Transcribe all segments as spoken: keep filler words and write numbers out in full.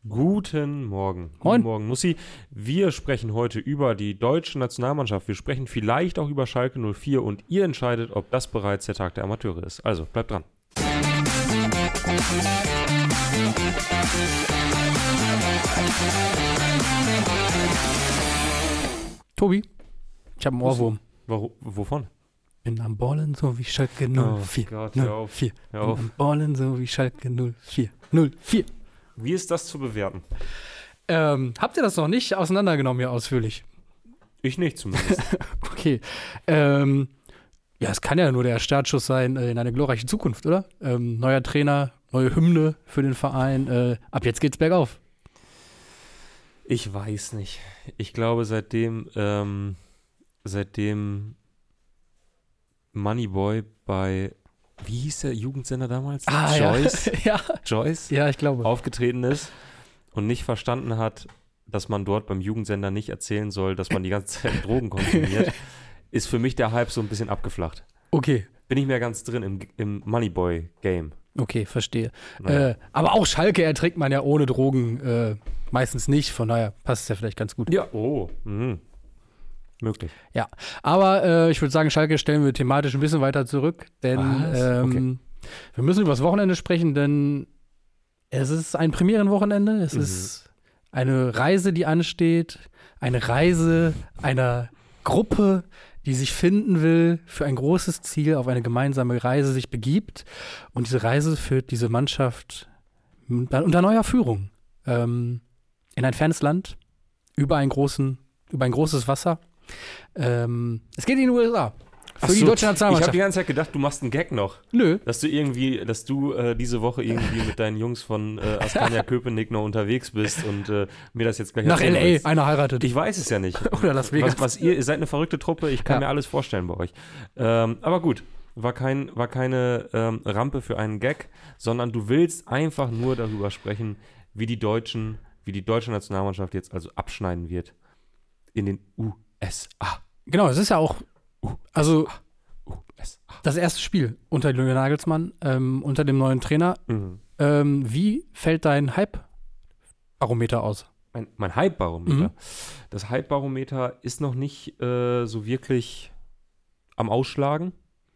Guten Morgen. Moin. Guten Morgen, Nussi. Wir sprechen heute über die deutsche Nationalmannschaft. Wir sprechen vielleicht auch über Schalke null vier und ihr entscheidet, ob das bereits der Tag der Amateure ist. Also, bleibt dran. Tobi, ich habe einen Ohrwurm. Warum, wovon? Bin am Ballen so wie Schalke null vier. Oh Gott, hör auf. vier. Hör Bin auf. am Ballen so wie Schalke null vier. null vier. Wie ist das zu bewerten? Ähm, habt ihr das noch nicht auseinandergenommen hier ausführlich? Ich nicht zumindest. Okay. Ähm, ja, es kann ja nur der Startschuss sein äh, in eine glorreiche Zukunft, oder? Ähm, neuer Trainer, neue Hymne für den Verein. Äh, ab jetzt geht's bergauf. Ich weiß nicht. Ich glaube, seitdem, ähm, seitdem Moneyboy bei, wie hieß der Jugendsender damals? Ah, Joyce, ja. ja. Joyce Ja, ich glaube. aufgetreten ist und nicht verstanden hat, dass man dort beim Jugendsender nicht erzählen soll, dass man die ganze Zeit Drogen konsumiert, ist für mich der Hype so ein bisschen abgeflacht. Okay. Bin ich mehr ganz drin im, im Moneyboy-Game. Okay, verstehe. Naja. Äh, aber auch Schalke erträgt man ja ohne Drogen äh, meistens nicht, von daher passt es ja vielleicht ganz gut. Ja, oh, mhm. Möglich. Ja, aber äh, ich würde sagen, Schalke stellen wir thematisch ein bisschen weiter zurück, denn Was? ähm, Okay. wir müssen über das Wochenende sprechen, denn es ist ein Premierenwochenende, es Mhm. ist eine Reise, die ansteht, eine Reise einer Gruppe, die sich finden will, für ein großes Ziel auf eine gemeinsame Reise sich begibt. Und diese Reise führt diese Mannschaft unter unter neuer Führung ähm, in ein fernes Land, über einen großen, über ein großes Wasser. Ähm, es geht in die U S A. Für Ach die so, deutsche Ich habe Nationalmannschaft. die ganze Zeit gedacht, du machst einen Gag noch. Nö. Dass du irgendwie, dass du äh, diese Woche irgendwie mit deinen Jungs von äh, Askania Köpenick noch unterwegs bist und äh, mir das jetzt gleich Nach erzählen L A, willst. einer heiratet. Ich weiß es ja nicht. Oder Las Vegas. Was, was ihr, ihr seid eine verrückte Truppe, ich kann Ja. mir alles vorstellen bei euch. Ähm, aber gut, war, kein, war keine ähm, Rampe für einen Gag, sondern du willst einfach nur darüber sprechen, wie die Deutschen, wie die deutsche Nationalmannschaft jetzt also abschneiden wird in den U S A. Genau, es ist ja auch, also U S A. das erste Spiel unter Julian Nagelsmann, ähm, unter dem neuen Trainer. Mhm. Ähm, wie fällt dein Hype-Barometer aus? Mein, mein Hype-Barometer. Mhm. Das Hype-Barometer ist noch nicht äh, so wirklich am Ausschlagen.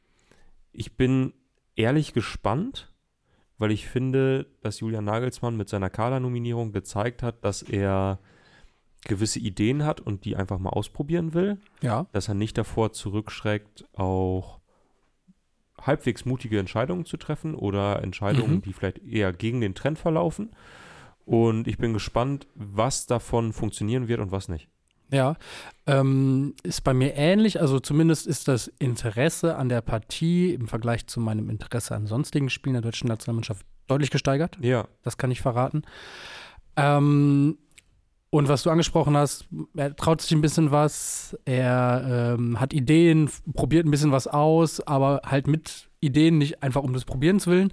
Ich bin ehrlich gespannt, weil ich finde, dass Julian Nagelsmann mit seiner Kader-Nominierung gezeigt hat, dass er gewisse Ideen hat und die einfach mal ausprobieren will. Ja. Dass er nicht davor zurückschreckt, auch halbwegs mutige Entscheidungen zu treffen oder Entscheidungen, Mhm. die vielleicht eher gegen den Trend verlaufen. Und ich bin gespannt, was davon funktionieren wird und was nicht. Ja, ähm, ist bei mir ähnlich. Also zumindest ist das Interesse an der Partie im Vergleich zu meinem Interesse an sonstigen Spielen der deutschen Nationalmannschaft deutlich gesteigert. Ja, Das kann ich verraten. Ähm, und was du angesprochen hast, er traut sich ein bisschen was, er ähm, hat Ideen, f- probiert ein bisschen was aus, aber halt mit Ideen, nicht einfach um des Probierens willen.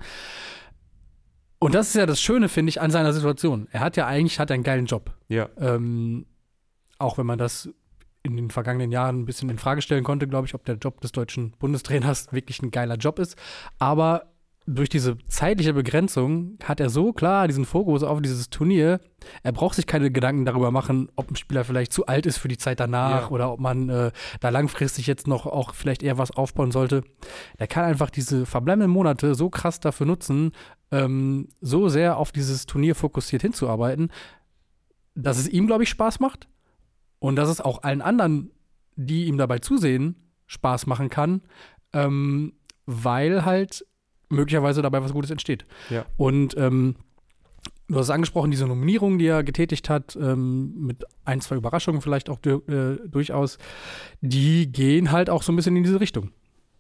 Und das ist ja das Schöne, finde ich, an seiner Situation. Er hat ja eigentlich hat einen geilen Job. ja. Ähm, auch wenn man das in den vergangenen Jahren ein bisschen in Frage stellen konnte, glaube ich, ob der Job des deutschen Bundestrainers wirklich ein geiler Job ist. Aber durch diese zeitliche Begrenzung hat er so klar diesen Fokus auf dieses Turnier. Er braucht sich keine Gedanken darüber machen, ob ein Spieler vielleicht zu alt ist für die Zeit danach Ja. oder ob man äh, da langfristig jetzt noch auch vielleicht eher was aufbauen sollte. Er kann einfach diese verbleibenden Monate so krass dafür nutzen, ähm, so sehr auf dieses Turnier fokussiert hinzuarbeiten, dass es ihm, glaube ich, Spaß macht. Und dass es auch allen anderen, die ihm dabei zusehen, Spaß machen kann, ähm, weil halt möglicherweise dabei was Gutes entsteht. Ja. Und ähm, du hast es angesprochen, diese Nominierung, die er getätigt hat, ähm, mit ein, zwei Überraschungen vielleicht auch du- äh, durchaus, die gehen halt auch so ein bisschen in diese Richtung.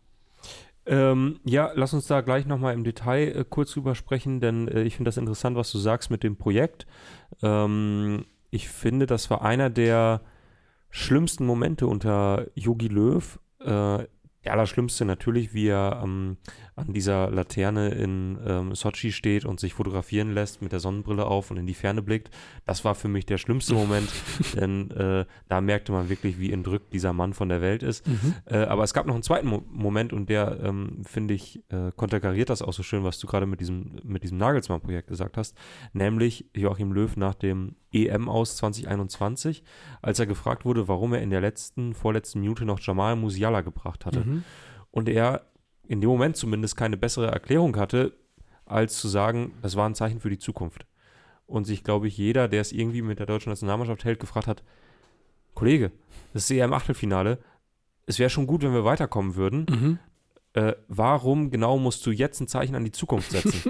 Ähm, ja, lass uns da gleich nochmal im Detail äh, kurz drüber sprechen, denn äh, ich finde das interessant, was du sagst mit dem Projekt. Ähm, ich finde, das war einer der schlimmsten Momente unter Jogi Löw. Äh, Der Allerschlimmste natürlich, wie er ähm, an dieser Laterne in ähm, Sochi steht und sich fotografieren lässt mit der Sonnenbrille auf und in die Ferne blickt. Das war für mich der schlimmste Moment, denn äh, da merkte man wirklich, wie entrückt dieser Mann von der Welt ist. Mhm. Äh, aber es gab noch einen zweiten Mo- Moment und der, ähm, finde ich, äh, konterkariert das auch so schön, was du gerade mit diesem, mit diesem Nagelsmann-Projekt gesagt hast, nämlich Joachim Löw nach dem E M aus zwanzig einundzwanzig, als er gefragt wurde, warum er in der letzten, vorletzten Minute noch Jamal Musiala gebracht hatte. Mhm. Und er in dem Moment zumindest keine bessere Erklärung hatte, als zu sagen, das war ein Zeichen für die Zukunft. Und sich, glaube ich, jeder, der es irgendwie mit der deutschen Nationalmannschaft hält, gefragt hat, Kollege, das ist E M-Achtelfinale, es wäre schon gut, wenn wir weiterkommen würden. Mhm. Äh, warum genau musst du jetzt ein Zeichen an die Zukunft setzen?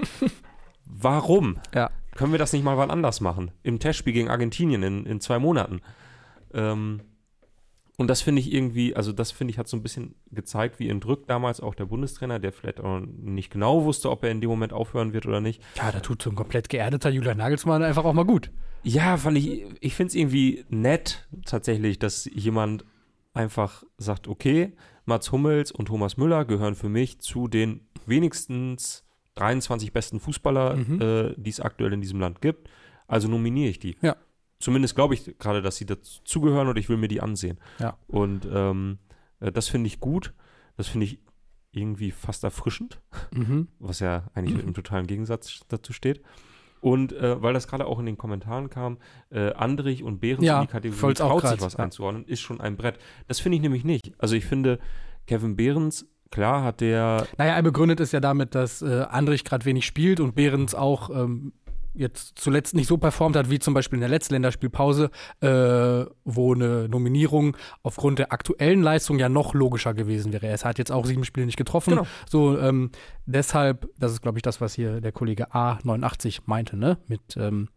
Warum? Ja. Können wir das nicht mal wann anders machen? Im Testspiel gegen Argentinien in, in zwei Monaten. Ähm, und das finde ich irgendwie, also das finde ich, hat so ein bisschen gezeigt, wie entrückt damals auch der Bundestrainer, der vielleicht auch nicht genau wusste, ob er in dem Moment aufhören wird oder nicht. Ja, da tut so ein komplett geerdeter Julian Nagelsmann einfach auch mal gut. Ja, fand ich, ich finde es irgendwie nett tatsächlich, dass jemand einfach sagt, okay, Mats Hummels und Thomas Müller gehören für mich zu den wenigstens dreiundzwanzig besten Fußballer, Mhm. äh, die es aktuell in diesem Land gibt. Also nominiere ich die. Ja. Zumindest glaube ich gerade, dass sie dazugehören und ich will mir die ansehen. Ja. Und ähm, äh, das finde ich gut. Das finde ich irgendwie fast erfrischend, Mhm. was ja eigentlich Mhm. im totalen Gegensatz dazu steht. Und äh, weil das gerade auch in den Kommentaren kam, äh, Andrich und Behrens Ja, in die Kategorie voll's auch traut sich grad, was ja. einzuordnen, ist schon ein Brett. Das finde ich nämlich nicht. Also ich finde, Kevin Behrens, klar hat der Naja, er begründet es ja damit, dass äh, Andrich gerade wenig spielt und Behrens auch ähm, jetzt zuletzt nicht so performt hat, wie zum Beispiel in der letzten Länderspielpause, äh, wo eine Nominierung aufgrund der aktuellen Leistung ja noch logischer gewesen wäre. Er hat jetzt auch sieben Spiele nicht getroffen. Genau. So, ähm, deshalb, das ist, glaube ich, das, was hier der Kollege A neunundachtzig meinte, ne? Mit, ähm,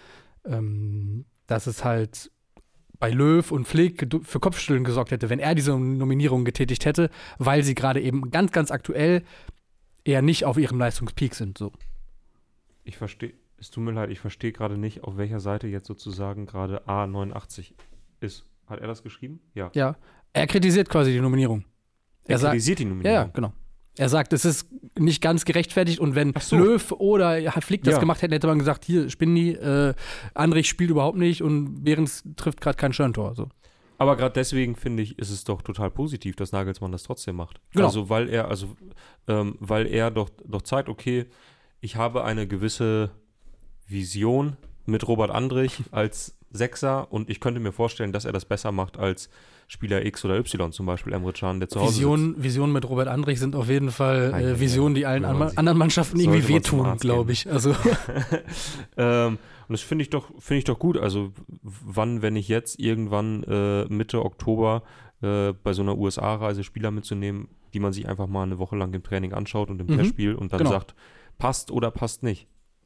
ähm, dass es halt bei Löw und Flick für Kopfschütteln gesorgt hätte, wenn er diese Nominierung getätigt hätte, weil sie gerade eben ganz, ganz aktuell eher nicht auf ihrem Leistungspeak sind. So. Ich verstehe, es tut mir leid, ich verstehe gerade nicht, auf welcher Seite jetzt sozusagen gerade A neunundachtzig ist. Hat er das geschrieben? Ja. Ja, er kritisiert quasi die Nominierung. Er Er sagt, kritisiert die ja, Nominierung. ja, genau. Er sagt, es ist nicht ganz gerechtfertigt und wenn Ach so. Löw oder Flick das Ja. gemacht hätten, hätte man gesagt, hier, Spinni, äh, Andrich spielt überhaupt nicht und Behrens trifft gerade kein Sterntor. So. Aber gerade deswegen finde ich, ist es doch total positiv, dass Nagelsmann das trotzdem macht. Genau. Also weil er, also ähm, weil er doch, doch zeigt, okay, ich habe eine gewisse Vision mit Robert Andrich als Sechser und ich könnte mir vorstellen, dass er das besser macht als Spieler X oder Y, zum Beispiel Emre Can, der zu Hause Visionen, Visionen mit Robert Andrich sind auf jeden Fall Ei, ei, äh, ei. Visionen, die allen Wenn man an, sich- anderen Mannschaften sollte irgendwie man zum wehtun, Arzt glaube gehen. ich. Also, ähm, und das finde ich doch, finde ich doch gut. Also w- wann, wenn ich jetzt irgendwann äh, Mitte Oktober äh, bei so einer U S A-Reise Spieler mitzunehmen, die man sich einfach mal eine Woche lang im Training anschaut und im Mhm. Testspiel und dann Genau. sagt, passt oder passt nicht.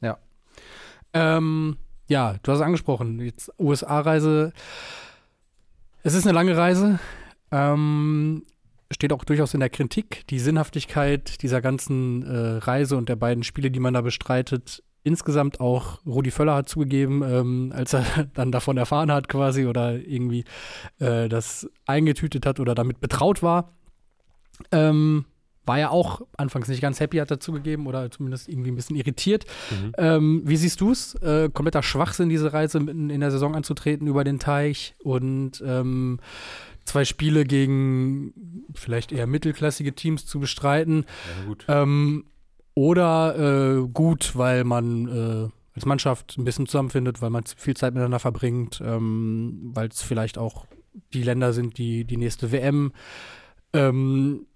ähm, ja, du hast es angesprochen, jetzt U S A-Reise. Es ist eine lange Reise. Ähm, steht auch durchaus in der Kritik. Die Sinnhaftigkeit dieser ganzen äh, Reise und der beiden Spiele, die man da bestreitet, insgesamt auch Rudi Völler hat zugegeben, ähm, als er dann davon erfahren hat quasi oder irgendwie äh, das eingetütet hat oder damit betraut war. Ähm, war ja auch anfangs nicht ganz happy, hat er zugegeben oder zumindest irgendwie ein bisschen irritiert. Mhm. Ähm, wie siehst du es? Äh, kompletter Schwachsinn, diese Reise mitten in der Saison anzutreten über den Teich und ähm, zwei Spiele gegen vielleicht eher mittelklassige Teams zu bestreiten. Ja, gut. Ähm, oder äh, gut, weil man äh, als Mannschaft ein bisschen zusammenfindet, weil man viel Zeit miteinander verbringt, ähm, weil es vielleicht auch die Länder sind, die die nächste W M ähm,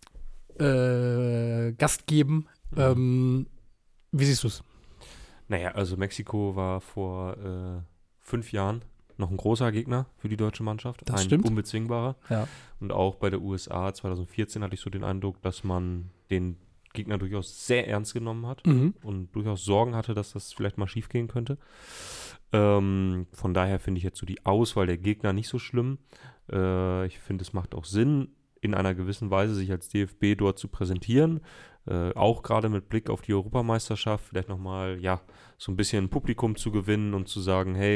äh, Gast geben. Mhm. Ähm, wie siehst du es? Naja, also Mexiko war vor äh, fünf Jahren noch ein großer Gegner für die deutsche Mannschaft. Das ein stimmt. unbezwingbarer. Ja. Und auch bei der U S A zwanzig vierzehn hatte ich so den Eindruck, dass man den Gegner durchaus sehr ernst genommen hat Mhm. und durchaus Sorgen hatte, dass das vielleicht mal schief gehen könnte. Ähm, von daher finde ich jetzt so die Auswahl der Gegner nicht so schlimm. Äh, ich finde, es macht auch Sinn, in einer gewissen Weise sich als D F B dort zu präsentieren. Äh, auch gerade mit Blick auf die Europameisterschaft, vielleicht nochmal, ja, so ein bisschen Publikum zu gewinnen und zu sagen, hey,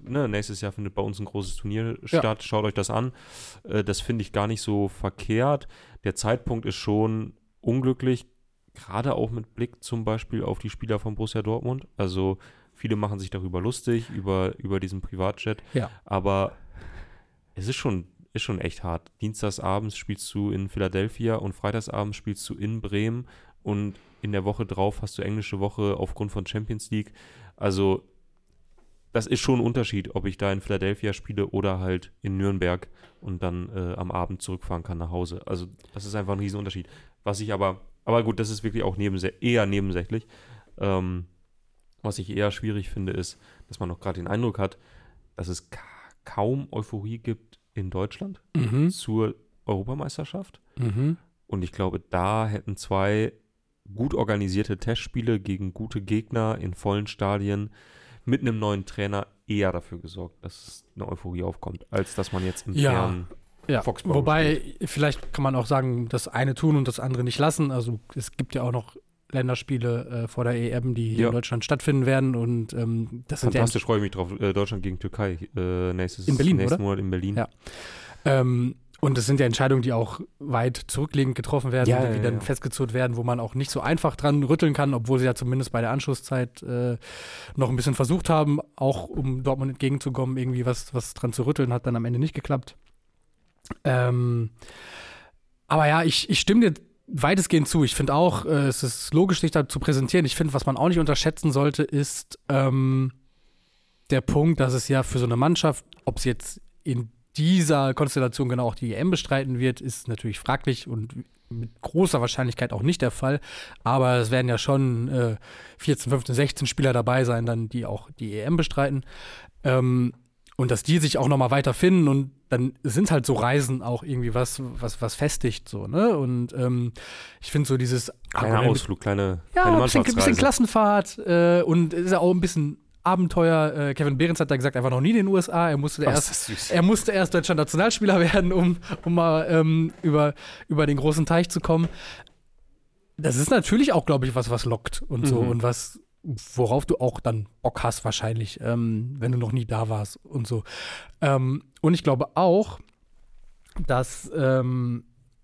ne, nächstes Jahr findet bei uns ein großes Turnier statt, ja. Schaut euch das an. Äh, das finde ich gar nicht so verkehrt. Der Zeitpunkt ist schon unglücklich, gerade auch mit Blick zum Beispiel auf die Spieler von Borussia Dortmund. Also viele machen sich darüber lustig, über, über diesen Privatjet. Ja. Aber es ist schon, ist schon echt hart. Dienstagsabends spielst du in Philadelphia und freitagsabends spielst du in Bremen und in der Woche drauf hast du englische Woche aufgrund von Champions League. Also das ist schon ein Unterschied, ob ich da in Philadelphia spiele oder halt in Nürnberg und dann äh, am Abend zurückfahren kann nach Hause. Also das ist einfach ein Riesenunterschied. Was ich aber, aber gut, das ist wirklich auch nebensä- eher nebensächlich. Ähm, was ich eher schwierig finde, ist, dass man noch gerade den Eindruck hat, dass es ka- kaum Euphorie gibt in Deutschland Mhm. zur Europameisterschaft. Mhm. Und ich glaube, da hätten zwei gut organisierte Testspiele gegen gute Gegner in vollen Stadien mit einem neuen Trainer eher dafür gesorgt, dass eine Euphorie aufkommt, als dass man jetzt im Ja. fernen Ja, Foxborough wobei, spielt. vielleicht kann man auch sagen, das eine tun und das andere nicht lassen. Also es gibt ja auch noch Länderspiele äh, vor der E M, die hier Ja. in Deutschland stattfinden werden. Und ähm, das sind Fantastisch, freue ich mich drauf. Äh, Deutschland gegen Türkei äh, nächstes, In Berlin, nächsten oder? Monat in Berlin. Ja. ja ähm, und es sind ja Entscheidungen, die auch weit zurückliegend getroffen werden, Ja, die ja, dann ja. festgezurrt werden, wo man auch nicht so einfach dran rütteln kann, obwohl sie ja zumindest bei der Anschlusszeit äh, noch ein bisschen versucht haben, auch um Dortmund entgegenzukommen, irgendwie was, was dran zu rütteln, hat dann am Ende nicht geklappt. Ähm, aber ja, ich, ich stimme dir weitestgehend zu. Ich finde auch, äh, es ist logisch, sich da zu präsentieren. Ich finde, was man auch nicht unterschätzen sollte, ist ähm, der Punkt, dass es ja für so eine Mannschaft, ob sie jetzt in dieser Konstellation genau auch die E M bestreiten wird, ist natürlich fraglich und mit großer Wahrscheinlichkeit auch nicht der Fall. Aber es werden ja schon äh, vierzehn, fünfzehn, sechzehn Spieler dabei sein, dann die auch die E M bestreiten. Ähm, und dass die sich auch nochmal weiter finden und dann sind halt so Reisen auch irgendwie was, was, was festigt, so, ne? Und ähm, ich finde so dieses Kleiner Argument- Ausflug, kleine, ja, kleine ein bisschen, Mannschaftsreise. bisschen Klassenfahrt äh, und es ist ja auch ein bisschen Abenteuer. Äh, Kevin Behrens hat da gesagt, er war noch nie in den U S A. Er musste Ach, erst, ist das süß. er musste erst deutscher Nationalspieler werden, um, um mal ähm, über, über den großen Teich zu kommen. Das ist natürlich auch, glaube ich, was, was lockt und so Mhm. und was, worauf du auch dann Bock hast wahrscheinlich, ähm, wenn du noch nie da warst und so. Ähm, und ich glaube auch, dass ähm,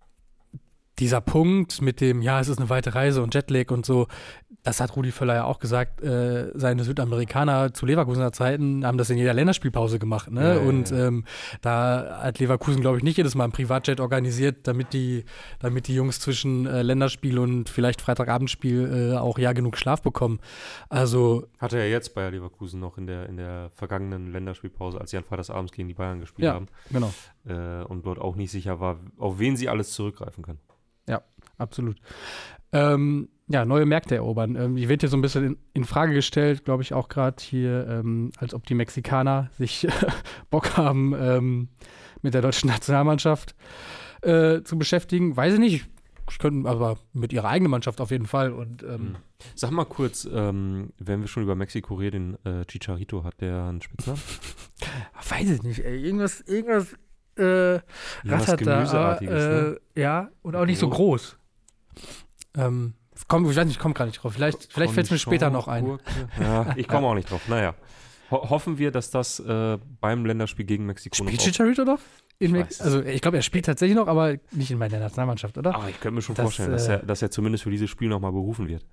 dieser Punkt mit dem, ja, es ist eine weite Reise und Jetlag und so, das hat Rudi Völler ja auch gesagt, äh, seine Südamerikaner zu Leverkusener Zeiten haben das in jeder Länderspielpause gemacht, ne? Ja, ja, und ja. Ähm, da hat Leverkusen, glaube ich, nicht jedes Mal ein Privatjet organisiert, damit die, damit die Jungs zwischen äh, Länderspiel und vielleicht Freitagabendspiel äh, auch ja genug Schlaf bekommen. Also, Hatte er jetzt Bayer Leverkusen noch in der, in der vergangenen Länderspielpause, als sie an Freitagsabends gegen die Bayern gespielt Ja. haben genau. äh, und dort auch nicht sicher war, auf wen sie alles zurückgreifen können. Absolut. Ähm, ja, neue Märkte erobern. Ähm, die wird hier so ein bisschen in, in Frage gestellt, glaube ich, auch gerade hier, ähm, als ob die Mexikaner sich Bock haben, ähm, mit der deutschen Nationalmannschaft äh, zu beschäftigen. Weiß ich nicht. Ich könnte aber mit ihrer eigenen Mannschaft auf jeden Fall. Und ähm, Mhm. Sag mal kurz, ähm, wenn wir schon über Mexiko reden, äh, Chicharito, hat der einen Spitznamen? weiß ich nicht, ey. Irgendwas, irgendwas äh, Irgendwas rattert da. Gemüseartiges, äh, ne? Ja, und auch nicht so groß. Ähm, komm, ich weiß nicht, ich komme gerade nicht drauf. Vielleicht, vielleicht fällt es mir später noch ein. Gurke. Ja, ich komme auch nicht drauf. Naja. Ho- hoffen wir, dass das äh, beim Länderspiel gegen Mexiko Spielt noch auf- Chicharito noch? In Ich Mex- weiß es also ich glaube, er spielt tatsächlich noch, aber nicht in meiner Nationalmannschaft, oder? Aber ich könnte mir schon Das, vorstellen, dass äh, er, dass er zumindest für dieses Spiel nochmal berufen wird.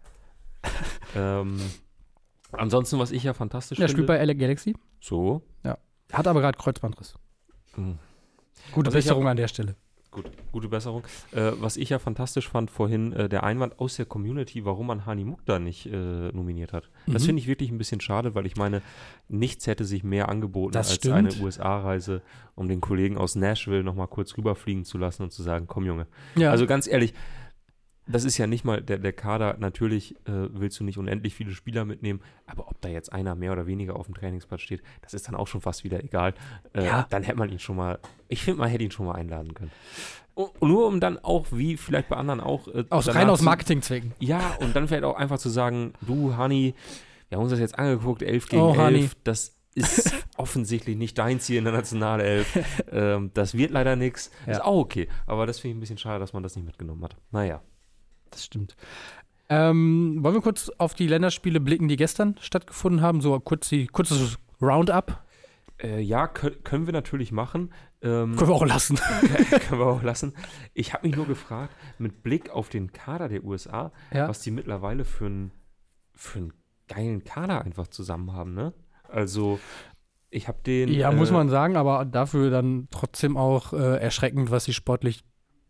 ähm, ansonsten, was ich ja fantastisch Er finde. spielt bei L A Galaxy, so. hat aber gerade Kreuzbandriss. Mhm. Gute Was ich Besserung an der Stelle. Gut, gute Besserung. Äh, was ich ja fantastisch fand vorhin, äh, der Einwand aus der Community, warum man Hani Mukhtar nicht äh, nominiert hat. Das Mhm. finde ich wirklich ein bisschen schade, weil ich meine, nichts hätte sich mehr angeboten Das als stimmt. eine U S A-Reise, um den Kollegen aus Nashville nochmal kurz rüberfliegen zu lassen und zu sagen, komm Junge. Ja, Also ganz ehrlich, das ist ja nicht mal der, der Kader. Natürlich äh, willst du nicht unendlich viele Spieler mitnehmen, aber ob da jetzt einer mehr oder weniger auf dem Trainingsplatz steht, das ist dann auch schon fast wieder egal. Äh, Ja. Dann hätte man ihn schon mal, ich finde, man hätte ihn schon mal einladen können. Und nur um dann auch, wie vielleicht bei anderen auch, äh, aus, danach rein aus zu- Marketingzwecken. Ja, und dann vielleicht auch einfach zu sagen, du Hani, wir haben uns das jetzt angeguckt, elf gegen Oh, elf, Hani. das ist offensichtlich nicht dein Ziel in der Nationalelf. ähm, das wird leider nichts. Ja. Ist auch okay, aber das finde ich ein bisschen schade, dass man das nicht mitgenommen hat. Naja. Das stimmt. Ähm, wollen wir kurz auf die Länderspiele blicken, die gestern stattgefunden haben? So kurz die, kurzes Roundup. Äh, ja, kö- können wir natürlich machen. Ähm, Können wir auch lassen. können wir auch lassen. Ich habe mich nur gefragt, mit Blick auf den Kader der U S A, Ja. was die mittlerweile für einen für einen geilen Kader einfach zusammen haben, ne? Also, ich habe den. Ja, äh, muss man sagen, aber dafür dann trotzdem auch äh, erschreckend, was sie sportlich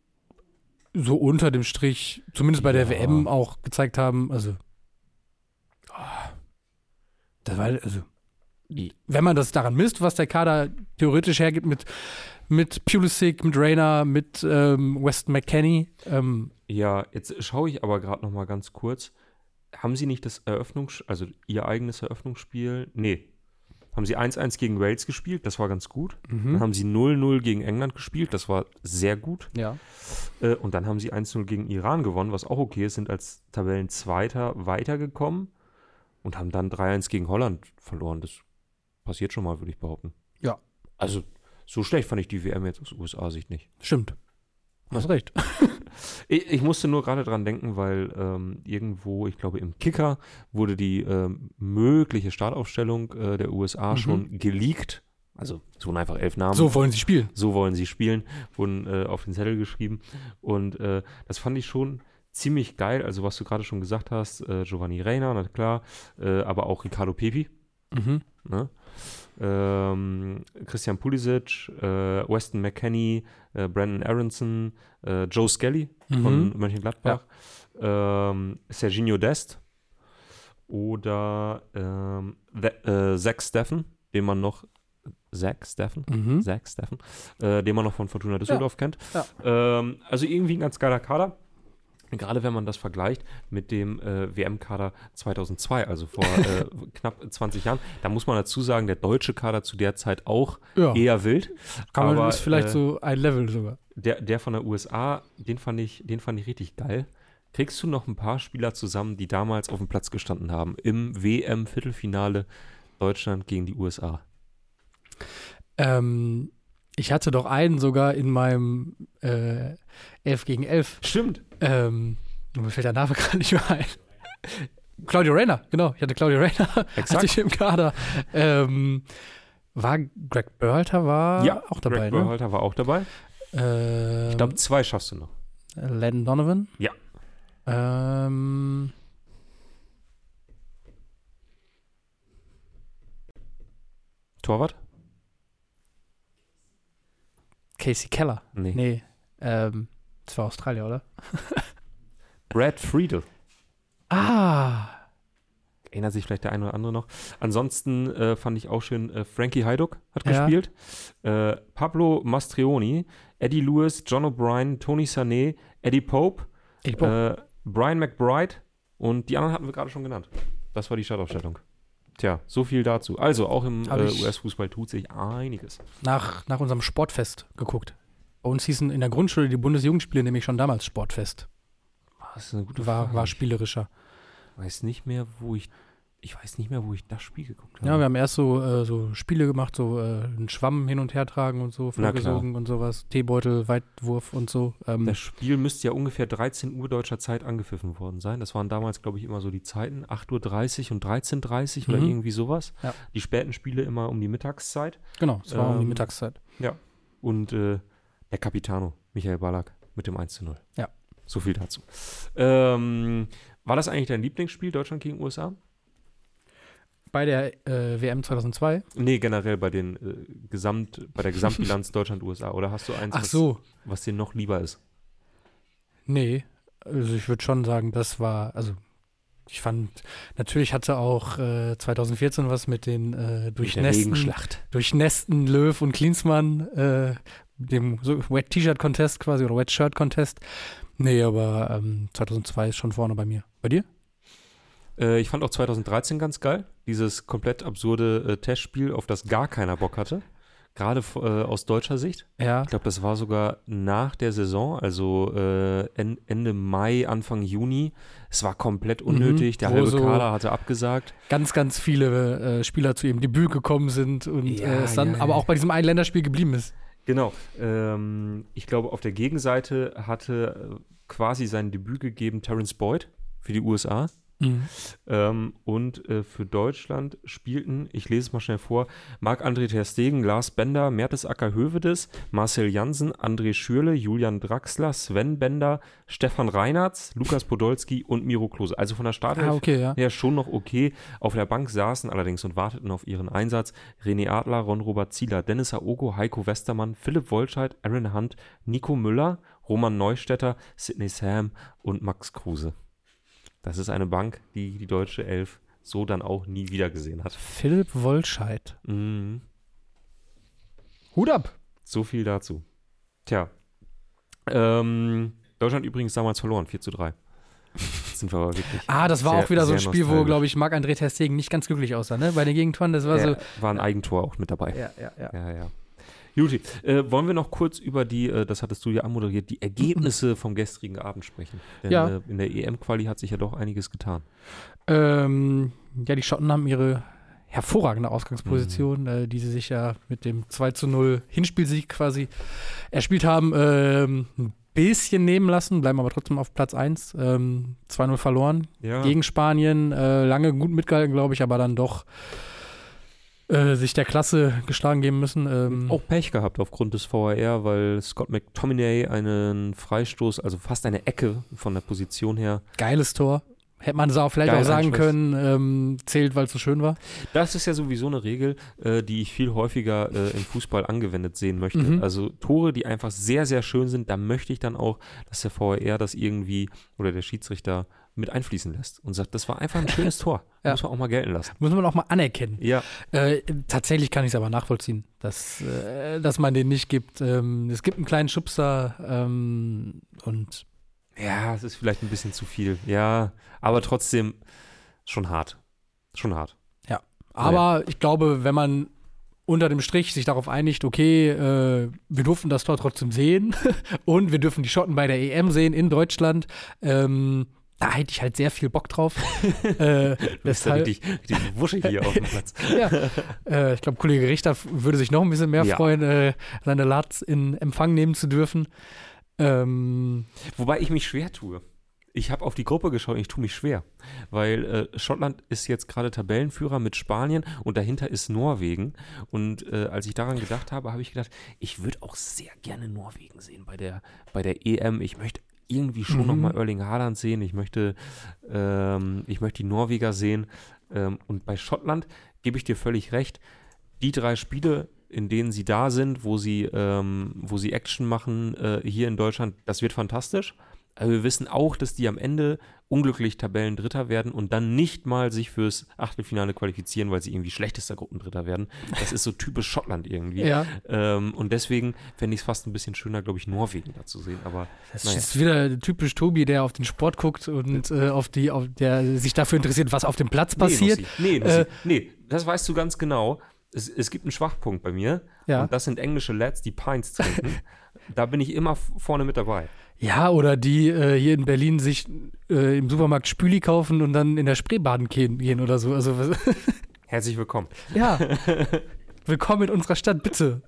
so unter dem Strich, zumindest bei der Ja. W M auch gezeigt haben. Also, ah, das war, also, wenn man das daran misst, was der Kader theoretisch hergibt mit, mit Pulisic, mit Rayner, mit ähm, Weston McKennie, ähm, Ja, jetzt schaue ich aber gerade noch mal ganz kurz. Haben Sie nicht das Eröffnungs-, also Ihr eigenes Eröffnungsspiel? Nee. Haben Sie eins eins gegen Wales gespielt? Das war ganz gut. Dann mhm. haben Sie null null gegen England gespielt. Das war sehr gut. ja. Äh, und dann haben Sie eins null gegen Iran gewonnen, was auch okay ist, sind als Tabellenzweiter weitergekommen und haben dann drei eins gegen Holland verloren. Das passiert schon mal, würde ich behaupten. Ja. Also, so schlecht fand ich die W M jetzt aus U S A-Sicht nicht. Stimmt. Du hast recht. Ich, ich musste nur gerade dran denken, weil ähm, irgendwo, ich glaube im Kicker, wurde die ähm, mögliche Startaufstellung äh, der U S A Mhm. schon geleakt. Also es wurden einfach elf Namen. So wollen sie spielen. So wollen sie spielen, wurden äh, auf den Zettel geschrieben. Und äh, das fand ich schon ziemlich geil. Also was du gerade schon gesagt hast, äh, Giovanni Reyna, na klar, äh, aber auch Ricardo Pepi. Mhm. Ne? Ähm, Christian Pulisic, äh, Weston McKennie, äh, Brandon Aronson, äh, Joe Skelly von Mhm. Mönchengladbach, ähm, Serginho Dest oder ähm, The, äh, Zach Steffen, den man noch Zach Steffen? Mhm. Zach Steffen, äh, den man noch von Fortuna Düsseldorf kennt. Ja. Ähm, also irgendwie ein ganz geiler Kader. Gerade wenn man das vergleicht mit dem äh, W M-Kader zweitausendzwei, also vor äh, knapp zwanzig Jahren. Da muss man dazu sagen, der deutsche Kader zu der Zeit auch Ja. eher wild. Kann man, aber, ist vielleicht äh, so ein Level sogar. Der, der von der U S A, den fand ich, den fand ich richtig geil. Kriegst du noch ein paar Spieler zusammen, die damals auf dem Platz gestanden haben im W M-Viertelfinale Deutschland gegen die U S A? Ähm, ich hatte doch einen sogar in meinem äh, elf gegen elf. Stimmt. Ähm, mir fällt der Name gerade nicht mehr ein. Claudio Reyna, genau. Ich hatte Claudio Reyna Exakt. hatte ich im Kader. Ähm, war Greg Berhalter war Ja, auch dabei, Greg ne? Berhalter war auch dabei. Ähm, Ich glaube, zwei schaffst du noch. Len Donovan? Ja. Ähm, Torwart? Casey Keller. Nee. Nee. Ähm, das war Australier, oder? Brad Friedel. Ah. Erinnert sich vielleicht der eine oder andere noch. Ansonsten äh, fand ich auch schön, äh, Frankie Heiduck hat Ja. gespielt. Äh, Pablo Mastrioni, Eddie Lewis, John O'Brien, Tony Sané, Eddie Pope, Ich brauch- äh, Brian McBride und die anderen hatten wir gerade schon genannt. Das war die Startaufstellung. Tja, so viel dazu. Also auch im Hab äh, ich- U S-Fußball tut sich einiges. nach, nach unserem Sportfest geguckt. Bei uns hießen in der Grundschule die Bundesjugendspiele nämlich schon damals Sportfest. Das ist eine gute War, Frage. war spielerischer. Ich weiß nicht mehr, wo ich ich weiß nicht mehr, wo ich das Spiel geguckt habe. Ja, wir haben erst so, äh, so Spiele gemacht, so äh, einen Schwamm hin und her tragen und so, Na klar. vorgesogen und sowas, Teebeutel, Weitwurf und so. Ähm, Das Spiel müsste ja ungefähr dreizehn Uhr deutscher Zeit angepfiffen worden sein. Das waren damals, glaube ich, immer so die Zeiten, acht Uhr dreißig und dreizehn Uhr dreißig oder Mhm. irgendwie sowas. Ja. Die späten Spiele immer um die Mittagszeit. genau, es war um die ähm, Mittagszeit. Und äh, der Capitano, Michael Ballack, mit dem eins zu null. Ja. So viel dazu. Ähm, war das eigentlich dein Lieblingsspiel, Deutschland gegen U S A? Bei der äh, W M zweitausendzwei. Nee, generell bei den äh, Gesamt, bei der Gesamtbilanz Deutschland-U S A. Oder hast du eins, Ach was, so, was dir noch lieber ist? nee. Also ich würde schon sagen, das war, also ich fand, natürlich hatte auch äh, zweitausendvierzehn was mit den äh, durchnässten, durchnässten Löw und Klinsmann, äh, dem so Wet T-Shirt Contest quasi oder Wet Shirt Contest. Nee, aber ähm, zweitausendzwei ist schon vorne bei mir. Bei dir? Äh, ich fand auch zweitausenddreizehn ganz geil. Dieses komplett absurde äh, Testspiel, auf das gar keiner Bock hatte. Gerade äh, aus deutscher Sicht. Ja. Ich glaube, das war sogar nach der Saison, also äh, en Ende Mai, Anfang Juni. Es war komplett unnötig. Mhm, Der wo halbe so Kader hatte abgesagt. Ganz, ganz viele äh, Spieler zu ihrem Debüt gekommen sind und Ja, äh, es dann ja, aber ja. auch bei diesem einen Länderspiel geblieben ist. Genau. Ähm, ich glaube, auf der Gegenseite hatte äh, quasi sein Debüt gegeben Terence Boyd für die U S A. Mhm. Ähm, und äh, für Deutschland spielten, ich lese es mal schnell vor, Marc-André ter Stegen, Lars Bender, Mertesacker Hövedes, Marcel Jansen, André Schürrle, Julian Draxler, Sven Bender, Stefan Reinartz, Lukas Podolski und Miro Klose. Also von der Startelf Ah, okay, ja. her schon noch okay. Auf der Bank saßen allerdings und warteten auf ihren Einsatz René Adler, Ron-Robert Zieler, Dennis Aogo, Heiko Westermann, Philipp Wolscheid, Aaron Hunt, Nico Müller, Roman Neustädter, Sidney Sam und Max Kruse. Das ist eine Bank, die die deutsche Elf so dann auch nie wieder gesehen hat. Philipp Wolscheid. Mhm. Hut ab. So viel dazu. Tja. Ähm, Deutschland übrigens damals verloren, vier zu drei. Das sind wir aber wirklich. Ah, das war sehr, auch wieder so ein sehr Spiel, wo, nostalgisch. glaube ich, Marc-André ter Stegen nicht ganz glücklich aussah, ne? Bei den Gegentoren, das war so. Ja, war ein Eigentor auch mit dabei. Ja, ja, ja. Ja, ja. Juti, äh, wollen wir noch kurz über die, äh, das hattest du ja anmoderiert, die Ergebnisse vom gestrigen Abend sprechen? Denn Ja. äh, in der E M-Quali hat sich ja doch einiges getan. Ähm, ja, die Schotten haben ihre hervorragende Ausgangsposition, äh, die sie sich ja mit dem zwei zu null Hinspielsieg quasi erspielt haben, ähm, ein bisschen nehmen lassen, bleiben aber trotzdem auf Platz eins. Ähm, zwei null verloren Ja. gegen Spanien, äh, lange gut mitgehalten, glaube ich, aber dann doch äh, sich der Klasse geschlagen geben müssen. Ähm, Auch Pech gehabt aufgrund des V A R, weil Scott McTominay einen Freistoß, also fast eine Ecke von der Position her. Geiles Tor. Hätte man es auch vielleicht Geil auch sagen Einschuss. können, ähm, zählt, weil es so schön war. Das ist ja sowieso eine Regel, äh, die ich viel häufiger äh, im Fußball angewendet sehen möchte. Mhm. Also Tore, die einfach sehr, sehr schön sind, da möchte ich dann auch, dass der V A R das irgendwie oder der Schiedsrichter mit einfließen lässt und sagt, das war einfach ein schönes Tor. Ja. Muss man auch mal gelten lassen. Muss man auch mal anerkennen. Ja, Äh, tatsächlich kann ich es aber nachvollziehen, dass, äh, dass man den nicht gibt. Ähm, es gibt einen kleinen Schubser ähm, und ja, es ist vielleicht ein bisschen zu viel. Ja, aber trotzdem schon hart. Schon hart. aber ich glaube, wenn man unter dem Strich sich darauf einigt, okay, äh, wir durften das Tor trotzdem sehen und wir dürfen die Schotten bei der E M sehen in Deutschland, ähm, da hätte ich halt sehr viel Bock drauf. äh, Du bist ja weshalb, richtig, richtig wuschig hier auf dem Platz. ja, äh, ich glaube, Kollege Richter f- würde sich noch ein bisschen mehr Ja. freuen, äh, seine Lats in Empfang nehmen zu dürfen. Ähm, Wobei ich mich schwer tue. Ich habe auf die Gruppe geschaut und ich tue mich schwer, weil äh, Schottland ist jetzt gerade Tabellenführer mit Spanien und dahinter ist Norwegen. Und äh, als ich daran gedacht habe, habe ich gedacht, ich würde auch sehr gerne Norwegen sehen bei der, bei der E M. Ich möchte irgendwie schon Mhm. nochmal Erling Haaland sehen. Ich möchte, ähm, ich möchte die Norweger sehen. Ähm, und bei Schottland gebe ich dir völlig recht. Die drei Spiele, in denen sie da sind, wo sie, ähm, wo sie Action machen äh, hier in Deutschland, das wird fantastisch. Aber wir wissen auch, dass die am Ende unglücklich Tabellendritter werden und dann nicht mal sich fürs Achtelfinale qualifizieren, weil sie irgendwie schlechtester Gruppendritter werden. Das ist so typisch Schottland irgendwie. ja, Ähm, und deswegen fände ich es fast ein bisschen schöner, glaube ich, Norwegen da zu sehen. Aber das naja. ist wieder typisch Tobi, der auf den Sport guckt und äh, auf die, auf der sich dafür interessiert, was auf dem Platz passiert. Nee, Nussi, nee, Äh, Nussi, nee, das weißt du ganz genau. Es, es gibt einen Schwachpunkt bei mir Ja. und das sind englische Lads, die Pints trinken. Da bin ich immer f- vorne mit dabei. Ja, oder die äh, hier in Berlin sich äh, im Supermarkt Spüli kaufen und dann in der Spree baden gehen, gehen oder so. Also, was- Herzlich willkommen. ja, willkommen in unserer Stadt, bitte.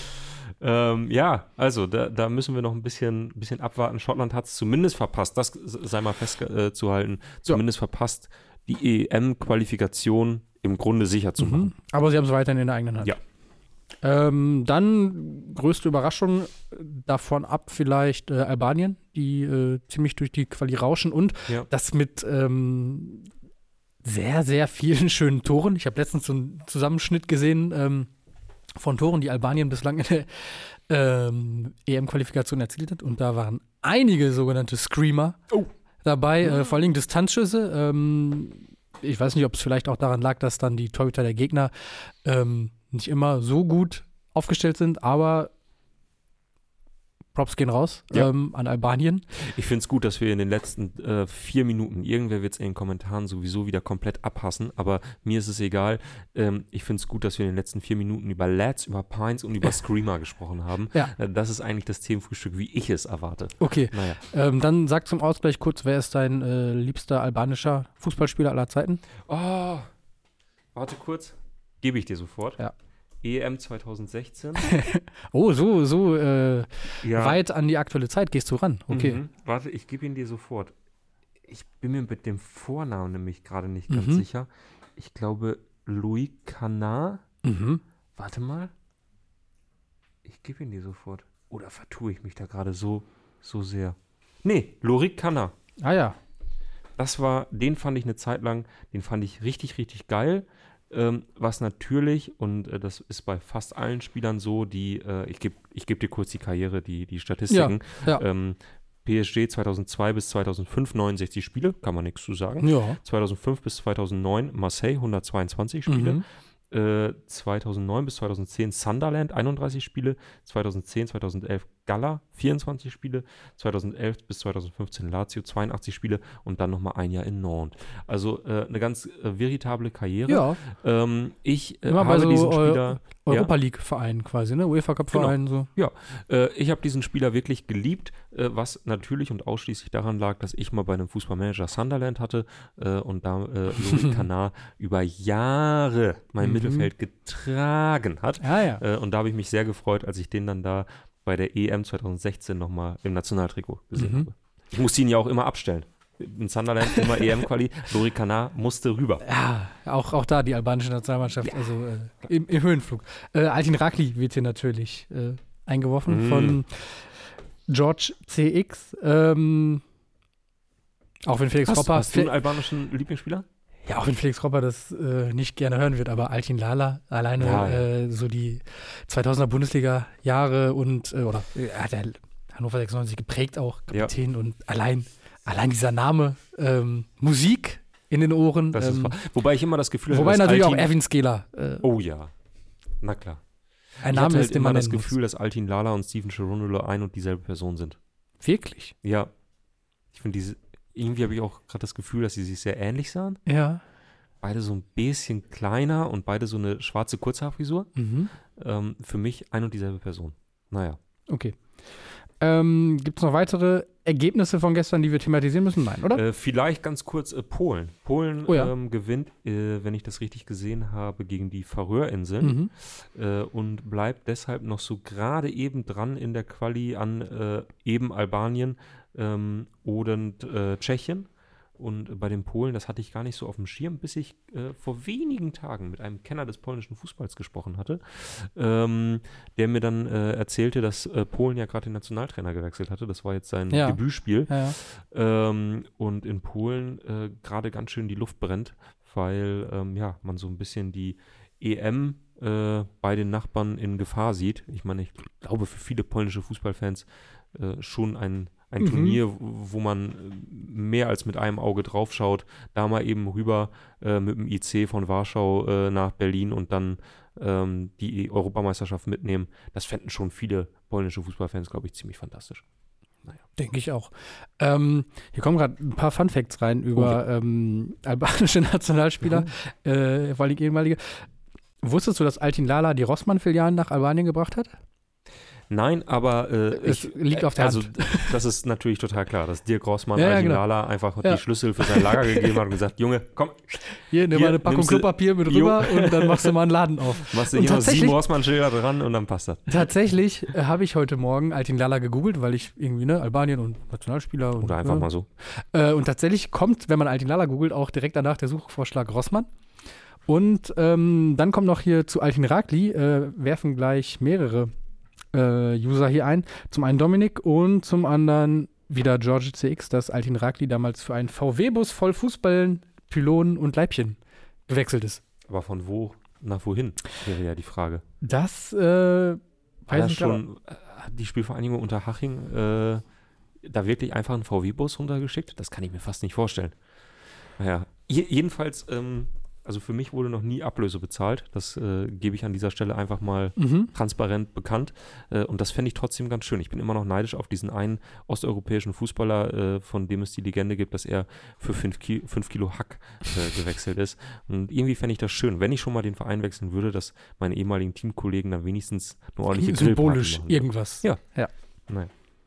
Ähm, ja, also da, da müssen wir noch ein bisschen, bisschen abwarten. Schottland hat es zumindest verpasst, das sei mal festzuhalten, äh, zumindest verpasst, die E M-Qualifikation im Grunde sicher zu machen. Mhm. Aber sie haben es weiterhin in der eigenen Hand. Ja. Ähm, dann größte Überraschung äh, davon ab vielleicht äh, Albanien, die äh, ziemlich durch die Quali rauschen und Ja. das mit ähm, sehr, sehr vielen schönen Toren. Ich habe letztens so einen Zusammenschnitt gesehen ähm, von Toren, die Albanien bislang in der ähm, E M-Qualifikation erzielt hat und da waren einige sogenannte Screamer Oh. dabei, äh, vor allen Dingen Distanzschüsse. Ähm, ich weiß nicht, ob es vielleicht auch daran lag, dass dann die Torhüter der Gegner ähm, nicht immer so gut aufgestellt sind, aber Props gehen raus Ja. ähm, an Albanien. Ich finde es gut, dass wir in den letzten äh, vier Minuten, irgendwer wird es in den Kommentaren sowieso wieder komplett abhassen, aber mir ist es egal. Ähm, ich finde es gut, dass wir in den letzten vier Minuten über Lads, über Pines und über Screamer gesprochen haben. Ja. Äh, das ist eigentlich das Themenfrühstück, wie ich es erwarte. Okay, Naja. ähm, dann sag zum Ausgleich kurz, wer ist dein äh, liebster albanischer Fußballspieler aller Zeiten? Oh, warte kurz. Gebe ich dir sofort. Ja. E M zwanzig sechzehn. Oh, so, so äh, Ja. weit an die aktuelle Zeit gehst du ran. Okay. Mhm. Warte, ich gebe ihn dir sofort. ich bin mir mit dem Vornamen nämlich gerade nicht ganz Mhm. sicher. Ich glaube, Louis Canard. Mhm. Warte mal. Ich gebe ihn dir sofort. Oder vertue ich mich da gerade so, so sehr? Nee, Lorik Canard. Ah ja. Das war, den fand ich eine Zeit lang, den fand ich richtig, richtig geil. Ähm, was natürlich, und äh, das ist bei fast allen Spielern so, die, äh, ich gebe ich geb dir kurz die Karriere, die, die Statistiken. Ja. Ähm, P S G zweitausendzwei bis zweitausendfünf neunundsechzig Spiele, kann man nichts zu sagen. Ja. zweitausendfünf bis zweitausendneun Marseille hundertzweiundzwanzig Spiele. Mhm. Äh, zweitausendneun bis zweitausendzehn Sunderland einunddreißig Spiele. zweitausendzehn, zweitausendelf Gala vierundzwanzig Spiele. zweitausendelf bis zweitausendfünfzehn Lazio zweiundachtzig Spiele und dann nochmal ein Jahr in Nantes. Also äh, eine ganz äh, veritable Karriere. Ja. Ähm, ich äh, Immer bei habe so diesen Eu- Spieler. Europa League-Verein quasi, ne? UEFA Cup-Verein, so. Äh, ich habe diesen Spieler wirklich geliebt, äh, was natürlich und ausschließlich daran lag, dass ich mal bei einem Fußballmanager Sunderland hatte äh, und da äh, Louis Canard über Jahre mein Mhm. Mittelfeld getragen hat. Ah ja. Äh, und da habe ich mich sehr gefreut, als ich den dann da bei der E M zweitausendsechzehn nochmal im Nationaltrikot gesehen Mhm. habe. Ich musste ihn ja auch immer abstellen. In Sunderland immer E M-Quali. Louis Canard musste rüber. Ja, auch, auch da die albanische Nationalmannschaft, also äh, im, im Höhenflug. Äh, Altin Rakli wird hier natürlich äh, eingeworfen Mhm. von George C X. Ähm, auch wenn Felix Hast, Ropper, hast du einen albanischen Lieblingsspieler? ja, auch wenn Felix Ropper das äh, nicht gerne hören wird, aber Altin Lala, alleine Ja, ja. Äh, so die zweitausender Bundesliga-Jahre und, äh, oder äh, hat er Hannover sechsundneunzig geprägt auch, Kapitän und allein, allein dieser Name, ähm, Musik in den Ohren. Das ist ähm, wahr. Wobei ich immer das Gefühl wobei habe, dass natürlich auch Altin- Erwin Skeler äh, Oh ja, na klar. ein Ich Name hatte halt ist, den immer man das nennen Gefühl, dass Altin Lala und Steven Cherundolo ein und dieselbe Person sind. muss. Wirklich? Ja. Ich finde diese, irgendwie habe ich auch gerade das Gefühl, dass sie sich sehr ähnlich sahen. Ja. Beide so ein bisschen kleiner und beide so eine schwarze Kurzhaarfrisur. Mhm. Ähm, für mich ein und dieselbe Person. Naja. Okay. Ähm, Gibt es noch weitere Ergebnisse von gestern, die wir thematisieren müssen? Nein, oder? Äh, vielleicht ganz kurz äh, Polen. Polen Oh ja. ähm, gewinnt, äh, wenn ich das richtig gesehen habe, gegen die Färöerinseln Mhm. äh, und bleibt deshalb noch so gerade eben dran in der Quali an äh, eben Albanien ähm, oder äh, Tschechien. Und bei den Polen, das hatte ich gar nicht so auf dem Schirm, bis ich äh, vor wenigen Tagen mit einem Kenner des polnischen Fußballs gesprochen hatte, ähm, der mir dann äh, erzählte, dass äh, Polen ja gerade den Nationaltrainer gewechselt hatte. Das war jetzt sein Ja. Debütspiel. Ja, ja. Ähm, und in Polen äh, gerade ganz schön die Luft brennt, weil ähm, ja, man so ein bisschen die E M äh, bei den Nachbarn in Gefahr sieht. Ich meine, ich glaube, für viele polnische Fußballfans äh, schon ein, ein Mhm. Turnier, wo- wo man äh, mehr als mit einem Auge drauf schaut. Da mal eben rüber äh, mit dem I C von Warschau äh, nach Berlin und dann ähm, die Europameisterschaft mitnehmen. Das fänden schon viele polnische Fußballfans, glaube ich, ziemlich fantastisch. Denke ich auch. Ähm, hier kommen gerade ein paar Funfacts rein über ähm, albanische Nationalspieler, äh, vor allem ehemalige. Wusstest du, dass Altin Lala die Rossmann-Filialen nach Albanien gebracht hat? Nein, aber äh, Es liegt auf der also, Hand. das ist natürlich total klar, dass Dirk Rossmann Ja, ja, Altin genau. Lala einfach Ja. die Schlüssel für sein Lager gegeben hat und gesagt, Junge, komm, Hier, nimm Hier, mal eine Packung nimmst du- Klopapier mit Jo. rüber und dann machst du mal einen Laden auf. machst du Und hier noch tatsächlich- sieben Rossmann-Schilder dran und dann passt das. Tatsächlich äh, habe ich heute Morgen Altin Lala gegoogelt, weil ich irgendwie, ne, Albanien und Nationalspieler. Und, Oder einfach ne, mal so. Äh, und tatsächlich kommt, wenn man Altin Lala googelt, auch direkt danach der Suchvorschlag Rossmann. Und ähm, dann kommt noch hier zu Altin Rakli, äh, werfen gleich mehrere äh, User hier ein. Zum einen Dominik und zum anderen wieder George C X, dass Altin Rakli damals für einen V W-Bus voll Fußballen, Pylonen und Leibchen gewechselt ist. Aber von wo nach wohin, wäre ja die Frage. Das äh, War weiß das ich aber- schon, äh, hat die Spielvereinigung Unterhaching äh, da wirklich einfach einen V W-Bus runtergeschickt? Das kann ich mir fast nicht vorstellen. Naja, je, jedenfalls, ähm, also für mich wurde noch nie Ablöse bezahlt. Das äh, gebe ich an dieser Stelle einfach mal Mhm. transparent bekannt. Äh, und das fände ich trotzdem ganz schön. Ich bin immer noch neidisch auf diesen einen osteuropäischen Fußballer, äh, von dem es die Legende gibt, dass er für fünf Ki- fünf Kilo Hack äh, gewechselt ist. Und irgendwie fände ich das schön, wenn ich schon mal den Verein wechseln würde, dass meine ehemaligen Teamkollegen dann wenigstens eine ordentliche Grillparty Symbolisch machen. irgendwas. Ja. ja. Nein.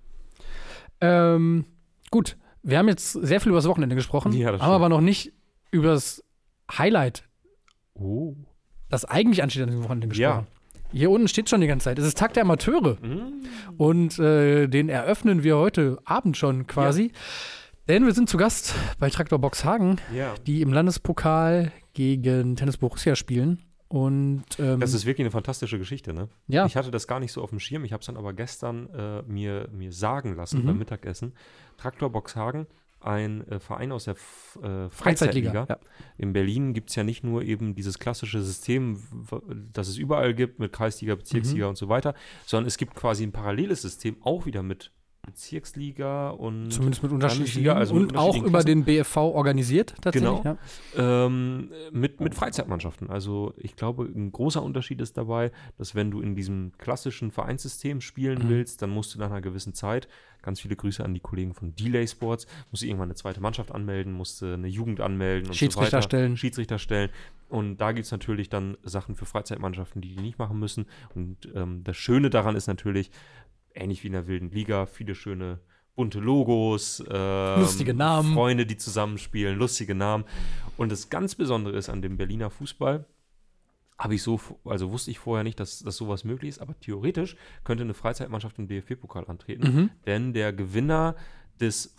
Ähm, gut, wir haben jetzt sehr viel über das Wochenende gesprochen, Ja, das haben stimmt. aber noch nicht über das Highlight, Oh. das eigentlich ansteht an diesem Wochenende Ja. gesprochen. Hier unten steht schon die ganze Zeit. Es ist Tag der Amateure. Mm. Und äh, den eröffnen wir heute Abend schon quasi. Denn wir sind zu Gast bei Traktor Boxhagen, Ja. die im Landespokal gegen Tennis Borussia spielen. Und ähm, Das ist wirklich eine fantastische Geschichte, ne? ja, Ich hatte das gar nicht so auf dem Schirm. Ich habe es dann aber gestern äh, mir, mir sagen lassen Mhm. beim Mittagessen. Traktor Boxhagen, ein äh, Verein aus der F äh, Freizeitliga. Freizeitliga. Ja. In Berlin gibt es ja nicht nur eben dieses klassische System, w- das es überall gibt, mit Kreisliga, Bezirksliga Mhm. und so weiter, sondern es gibt quasi ein paralleles System, auch wieder mit Bezirksliga und Zumindest mit unterschiedlichen Landesliga, also mit und auch unterschiedlichen über Klassen. den B F V organisiert tatsächlich. Genau. Ja. Ähm, mit, mit Freizeitmannschaften. Also ich glaube, ein großer Unterschied ist dabei, dass wenn du in diesem klassischen Vereinssystem spielen Mhm. willst, dann musst du nach einer gewissen Zeit, ganz viele Grüße an die Kollegen von Delay Sports, musst du irgendwann eine zweite Mannschaft anmelden, musst du eine Jugend anmelden und Schiedsrichter so weiter. stellen. Schiedsrichter stellen. Und da gibt es natürlich dann Sachen für Freizeitmannschaften, die die nicht machen müssen. Und ähm, das Schöne daran ist natürlich, ähnlich wie in der wilden Liga, viele schöne bunte Logos, ähm, Lustige Namen. Freunde, die zusammenspielen, lustige Namen. Und das ganz Besondere ist an dem Berliner Fußball, habe ich so, also wusste ich vorher nicht, dass, dass sowas möglich ist, aber theoretisch könnte eine Freizeitmannschaft im D F B-Pokal antreten, Mhm. denn der Gewinner des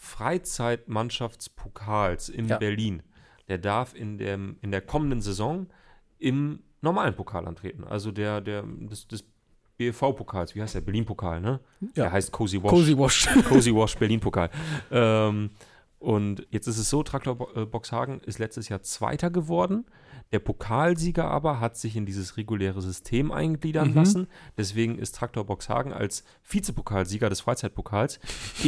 Freizeitmannschaftspokals in Ja. Berlin, der darf in, dem, in der kommenden Saison im normalen Pokal antreten, also der, der des, des B F V-Pokals, wie heißt der? Berlin-Pokal, ne? Ja. Der heißt Cozy Wash. Cozy Wash. Cozy Wash Berlin-Pokal. Ähm, und jetzt ist es so, Traktor Bo- äh, Boxhagen ist letztes Jahr Zweiter geworden. Der Pokalsieger aber hat sich in dieses reguläre System eingliedern Mhm. lassen. Deswegen ist Traktor Boxhagen als Vizepokalsieger des Freizeitpokals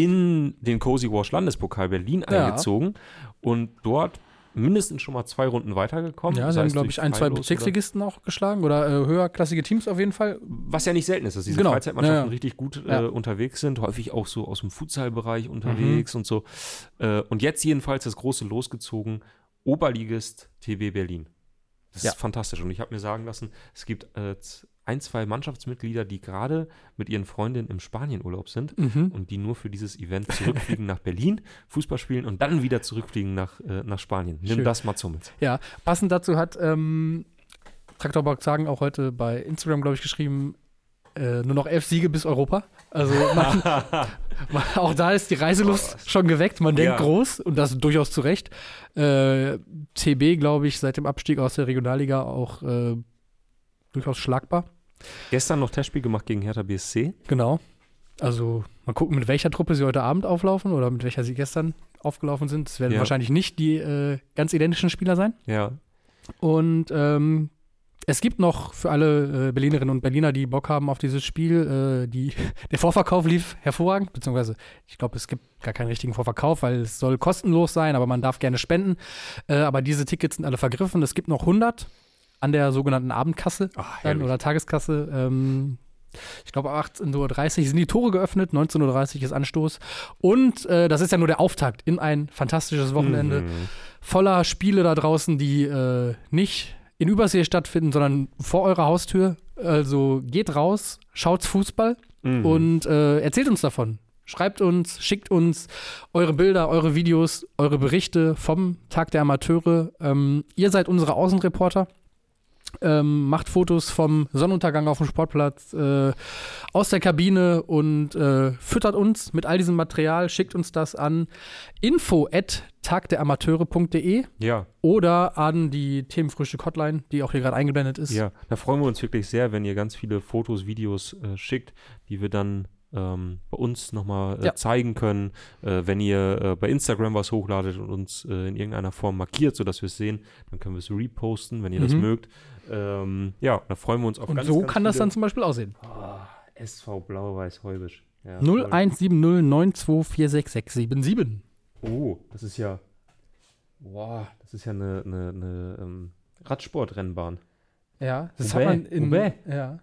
in den Cozy Wash Landespokal Berlin Ja. eingezogen und dort mindestens schon mal zwei Runden weitergekommen. Ja, sei sie haben, es glaube durch ich, ein, zwei Freilos oder- Bezirksligisten auch geschlagen oder äh, höherklassige Teams auf jeden Fall. Was ja nicht selten ist, dass diese Genau. Freizeitmannschaften Ja, ja. richtig gut Ja. äh, unterwegs sind, häufig auch so aus dem Futsal-Bereich unterwegs und so. Äh, und jetzt jedenfalls das große losgezogen, Oberligist T B Berlin. Das Ja. ist fantastisch. Und ich habe mir sagen lassen, es gibt äh, z- ein, zwei Mannschaftsmitglieder, die gerade mit ihren Freundinnen im Spanienurlaub sind Mhm. und die nur für dieses Event zurückfliegen nach Berlin, Fußball spielen und dann wieder zurückfliegen nach, äh, nach Spanien. Nimm Schön. das mal zu mit. Ja, passend dazu hat ähm, Traktor Boxhagen auch heute bei Instagram, glaube ich, geschrieben, äh, nur noch elf Siege bis Europa. Also man, man, auch da ist die Reiselust Oh. schon geweckt. Man denkt Ja. groß und das durchaus zu Recht. Äh, T B, glaube ich, seit dem Abstieg aus der Regionalliga auch äh, durchaus schlagbar. Gestern noch Testspiel gemacht gegen Hertha B S C. Genau. Also mal gucken, mit welcher Truppe sie heute Abend auflaufen oder mit welcher sie gestern aufgelaufen sind. Es werden Ja. wahrscheinlich nicht die äh, ganz identischen Spieler sein. Ja. Und ähm, es gibt noch für alle äh, Berlinerinnen und Berliner, die Bock haben auf dieses Spiel, äh, die, der Vorverkauf lief hervorragend, beziehungsweise ich glaube, es gibt gar keinen richtigen Vorverkauf, weil es soll kostenlos sein, aber man darf gerne spenden. Äh, aber diese Tickets sind alle vergriffen. Es gibt noch hundert an der sogenannten Abendkasse Ah, dann, herrlich. oder Tageskasse. Ähm, ich glaube, achtzehn Uhr dreißig sind die Tore geöffnet, neunzehn Uhr dreißig ist Anstoß. Und äh, das ist ja nur der Auftakt in ein fantastisches Wochenende Mhm. voller Spiele da draußen, die äh, nicht in Übersee stattfinden, sondern vor eurer Haustür. Also geht raus, schaut Fußball Mhm. und äh, erzählt uns davon. Schreibt uns, schickt uns eure Bilder, eure Videos, eure Berichte vom Tag der Amateure. Ähm, ihr seid unsere Außenreporter. Ähm, macht Fotos vom Sonnenuntergang auf dem Sportplatz, äh, aus der Kabine und äh, füttert uns mit all diesem Material, schickt uns das an info at tagderamateure punkt de Ja. oder an die Themenfrühstück-Hotline, die auch hier gerade eingeblendet ist. Ja, da freuen wir uns wirklich sehr, wenn ihr ganz viele Fotos, Videos äh, schickt, die wir dann ähm, bei uns nochmal äh, Ja. zeigen können. Äh, wenn ihr äh, bei Instagram was hochladet und uns äh, in irgendeiner Form markiert, sodass wir es sehen, dann können wir es reposten, wenn ihr das Mhm. mögt. Ähm, ja, da freuen wir uns auf Und ganz, so ganz kann das viele- dann zum Beispiel aussehen. Ah, S V Blau-Weiß-Heubisch. Ja, null toll. eins sieben null neun zwei vier sechs sechs sieben sieben. Oh, das ist ja Boah, das ist ja eine, eine, eine ähm, Radsportrennbahn. Ja, das Wobei, hat man in. wobei. Ja.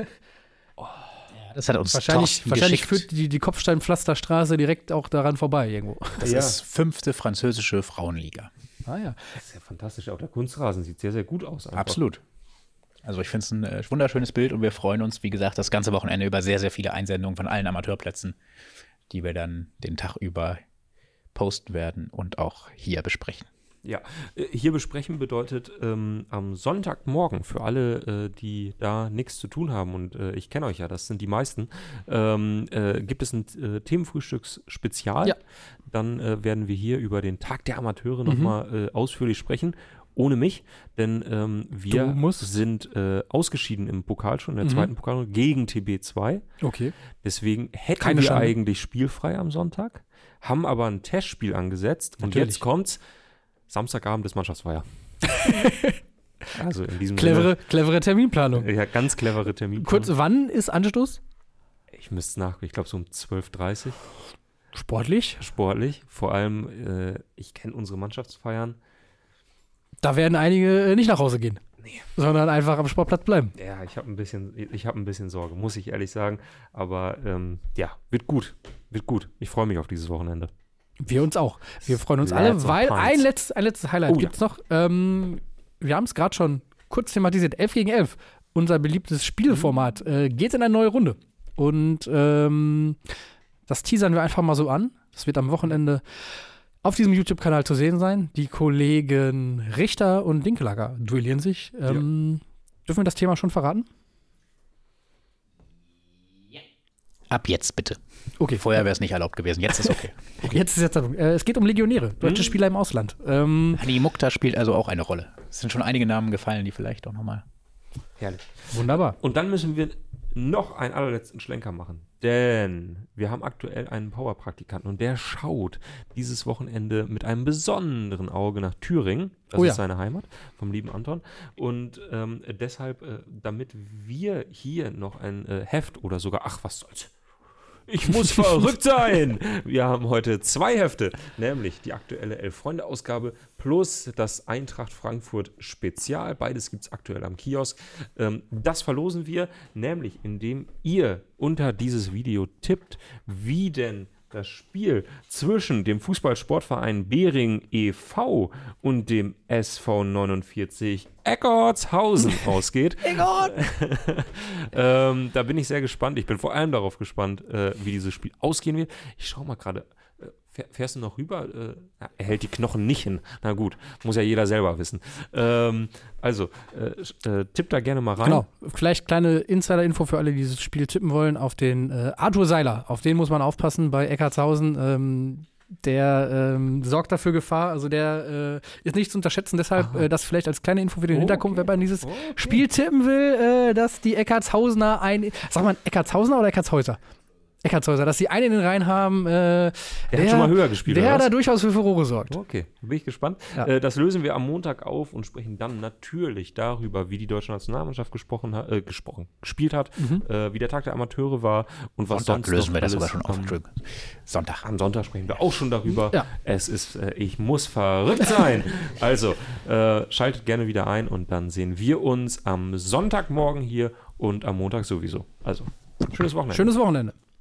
Ja, das hat uns Wahrscheinlich, Thorsten wahrscheinlich geschickt. führt die, die Kopfsteinpflasterstraße direkt auch daran vorbei irgendwo. Das Ja. ist fünfte französische Frauenliga. Ah ja. Das ist ja fantastisch. Auch der Kunstrasen sieht sehr, sehr gut aus. Einfach. Absolut. Also ich finde es ein äh, wunderschönes Bild und wir freuen uns, wie gesagt, das ganze Wochenende über sehr, sehr viele Einsendungen von allen Amateurplätzen, die wir dann den Tag über posten werden und auch hier besprechen. Ja, äh, hier besprechen bedeutet ähm, am Sonntagmorgen für alle, äh, die da nichts zu tun haben, und äh, ich kenne euch ja, das sind die meisten, ähm, äh, gibt es ein äh, Themenfrühstücks-Spezial. Ja. Dann äh, werden wir hier über den Tag der Amateure Mhm. nochmal äh, ausführlich sprechen. Ohne mich, denn ähm, wir Du musst. sind äh, ausgeschieden im Pokal schon, in der Mhm. zweiten Pokalrunde gegen T B zwei. Okay. Deswegen hätten Keine wir Schande. eigentlich spielfrei am Sonntag, haben aber ein Testspiel angesetzt und Natürlich. jetzt kommt's, Samstagabend ist Mannschaftsfeier. Also in diesem Clevere, clevere Terminplanung. Sinne, ja, ganz clevere Termin. Kurz, wann ist Anstoß? Ich müsste nach, ich glaube so um zwölf Uhr dreißig, Sportlich. sportlich. Vor allem, äh, ich kenne unsere Mannschaftsfeiern. Da werden einige äh, nicht nach Hause gehen. Nee. Sondern einfach am Sportplatz bleiben. Ja, ich habe ein bisschen, ich habe ein bisschen Sorge, muss ich ehrlich sagen. Aber ähm, ja, wird gut, wird gut. Ich freue mich auf dieses Wochenende. Wir uns auch. Wir freuen uns Let's alle, of weil Pints. ein, letzt, ein letztes Highlight Oh, gibt es noch. Ähm, wir haben es gerade schon kurz thematisiert. elf gegen elf, unser beliebtes Spielformat, äh, geht in eine neue Runde. Und ähm, das teasern wir einfach mal so an. Das wird am Wochenende auf diesem YouTube-Kanal zu sehen sein. Die Kollegen Richter und Dinkelager duellieren sich. Ähm, Dürfen wir das Thema schon verraten? Ab jetzt bitte. Okay. Vorher wäre es nicht erlaubt gewesen. Jetzt ist okay. Jetzt ist jetzt äh, es geht um Legionäre, deutsche Mhm. Spieler im Ausland. Ähm, Hani Mukta spielt also auch eine Rolle. Es sind schon einige Namen gefallen, die vielleicht auch nochmal. Herrlich. wunderbar. Und dann müssen wir noch einen allerletzten Schlenker machen. Denn wir haben aktuell einen Powerpraktikanten und der schaut dieses Wochenende mit einem besonderen Auge nach Thüringen. Das Oh ist ja. seine Heimat vom lieben Anton. Und ähm, deshalb, äh, damit wir hier noch ein äh, Heft oder sogar, ach was soll's, ich muss verrückt sein. Wir haben heute zwei Hefte, nämlich die aktuelle Elf-Freunde-Ausgabe plus das Eintracht Frankfurt Spezial. Beides gibt es aktuell am Kiosk. Ähm, das verlosen wir, nämlich indem ihr unter dieses Video tippt, wie denn das Spiel zwischen dem Fußballsportverein Behring e V und dem S V neunundvierzig Eckartshausen ausgeht. ähm, da bin ich sehr gespannt. Ich bin vor allem darauf gespannt, äh, wie dieses Spiel ausgehen wird. Ich schaue mal gerade. Äh, fähr, fährst du noch rüber? Äh, ja, er hält die Knochen nicht hin. Na gut, muss ja jeder selber wissen. Ähm, also, äh, äh, tipp da gerne mal rein. Genau. Vielleicht kleine Insider-Info für alle, die dieses Spiel tippen wollen, auf den äh, Arthur Seiler. Auf den muss man aufpassen bei Eckartshausen. Ähm, der ähm, sorgt dafür Gefahr. Also der äh, ist nicht zu unterschätzen. Deshalb äh, das vielleicht als kleine Info für den Oh, Hintergrund, okay. wenn man dieses Okay. Spiel tippen will, äh, dass die Eckartshausener ein. Sag mal, Eckartshausener oder Eckartshäuser? Eckartshäuser, dass die einen in den Reihen haben. Äh, Der hat schon mal höher gespielt, Der oder was? da durchaus für Furore sorgt. Okay, bin ich gespannt. Ja. Äh, das lösen wir am Montag auf und sprechen dann natürlich darüber, wie die deutsche Nationalmannschaft gesprochen hat, äh, gesprochen, gespielt hat, Mhm. äh, wie der Tag der Amateure war und was Sonntag sonst lösen noch wir das alles sogar schon auf. am, Entschuldigung. Sonntag. am Sonntag sprechen wir auch schon darüber. Ja. Es ist, äh, ich muss verrückt sein. Also, äh, schaltet gerne wieder ein und dann sehen wir uns am Sonntagmorgen hier und am Montag sowieso. Also, schönes Wochenende. Schönes Wochenende.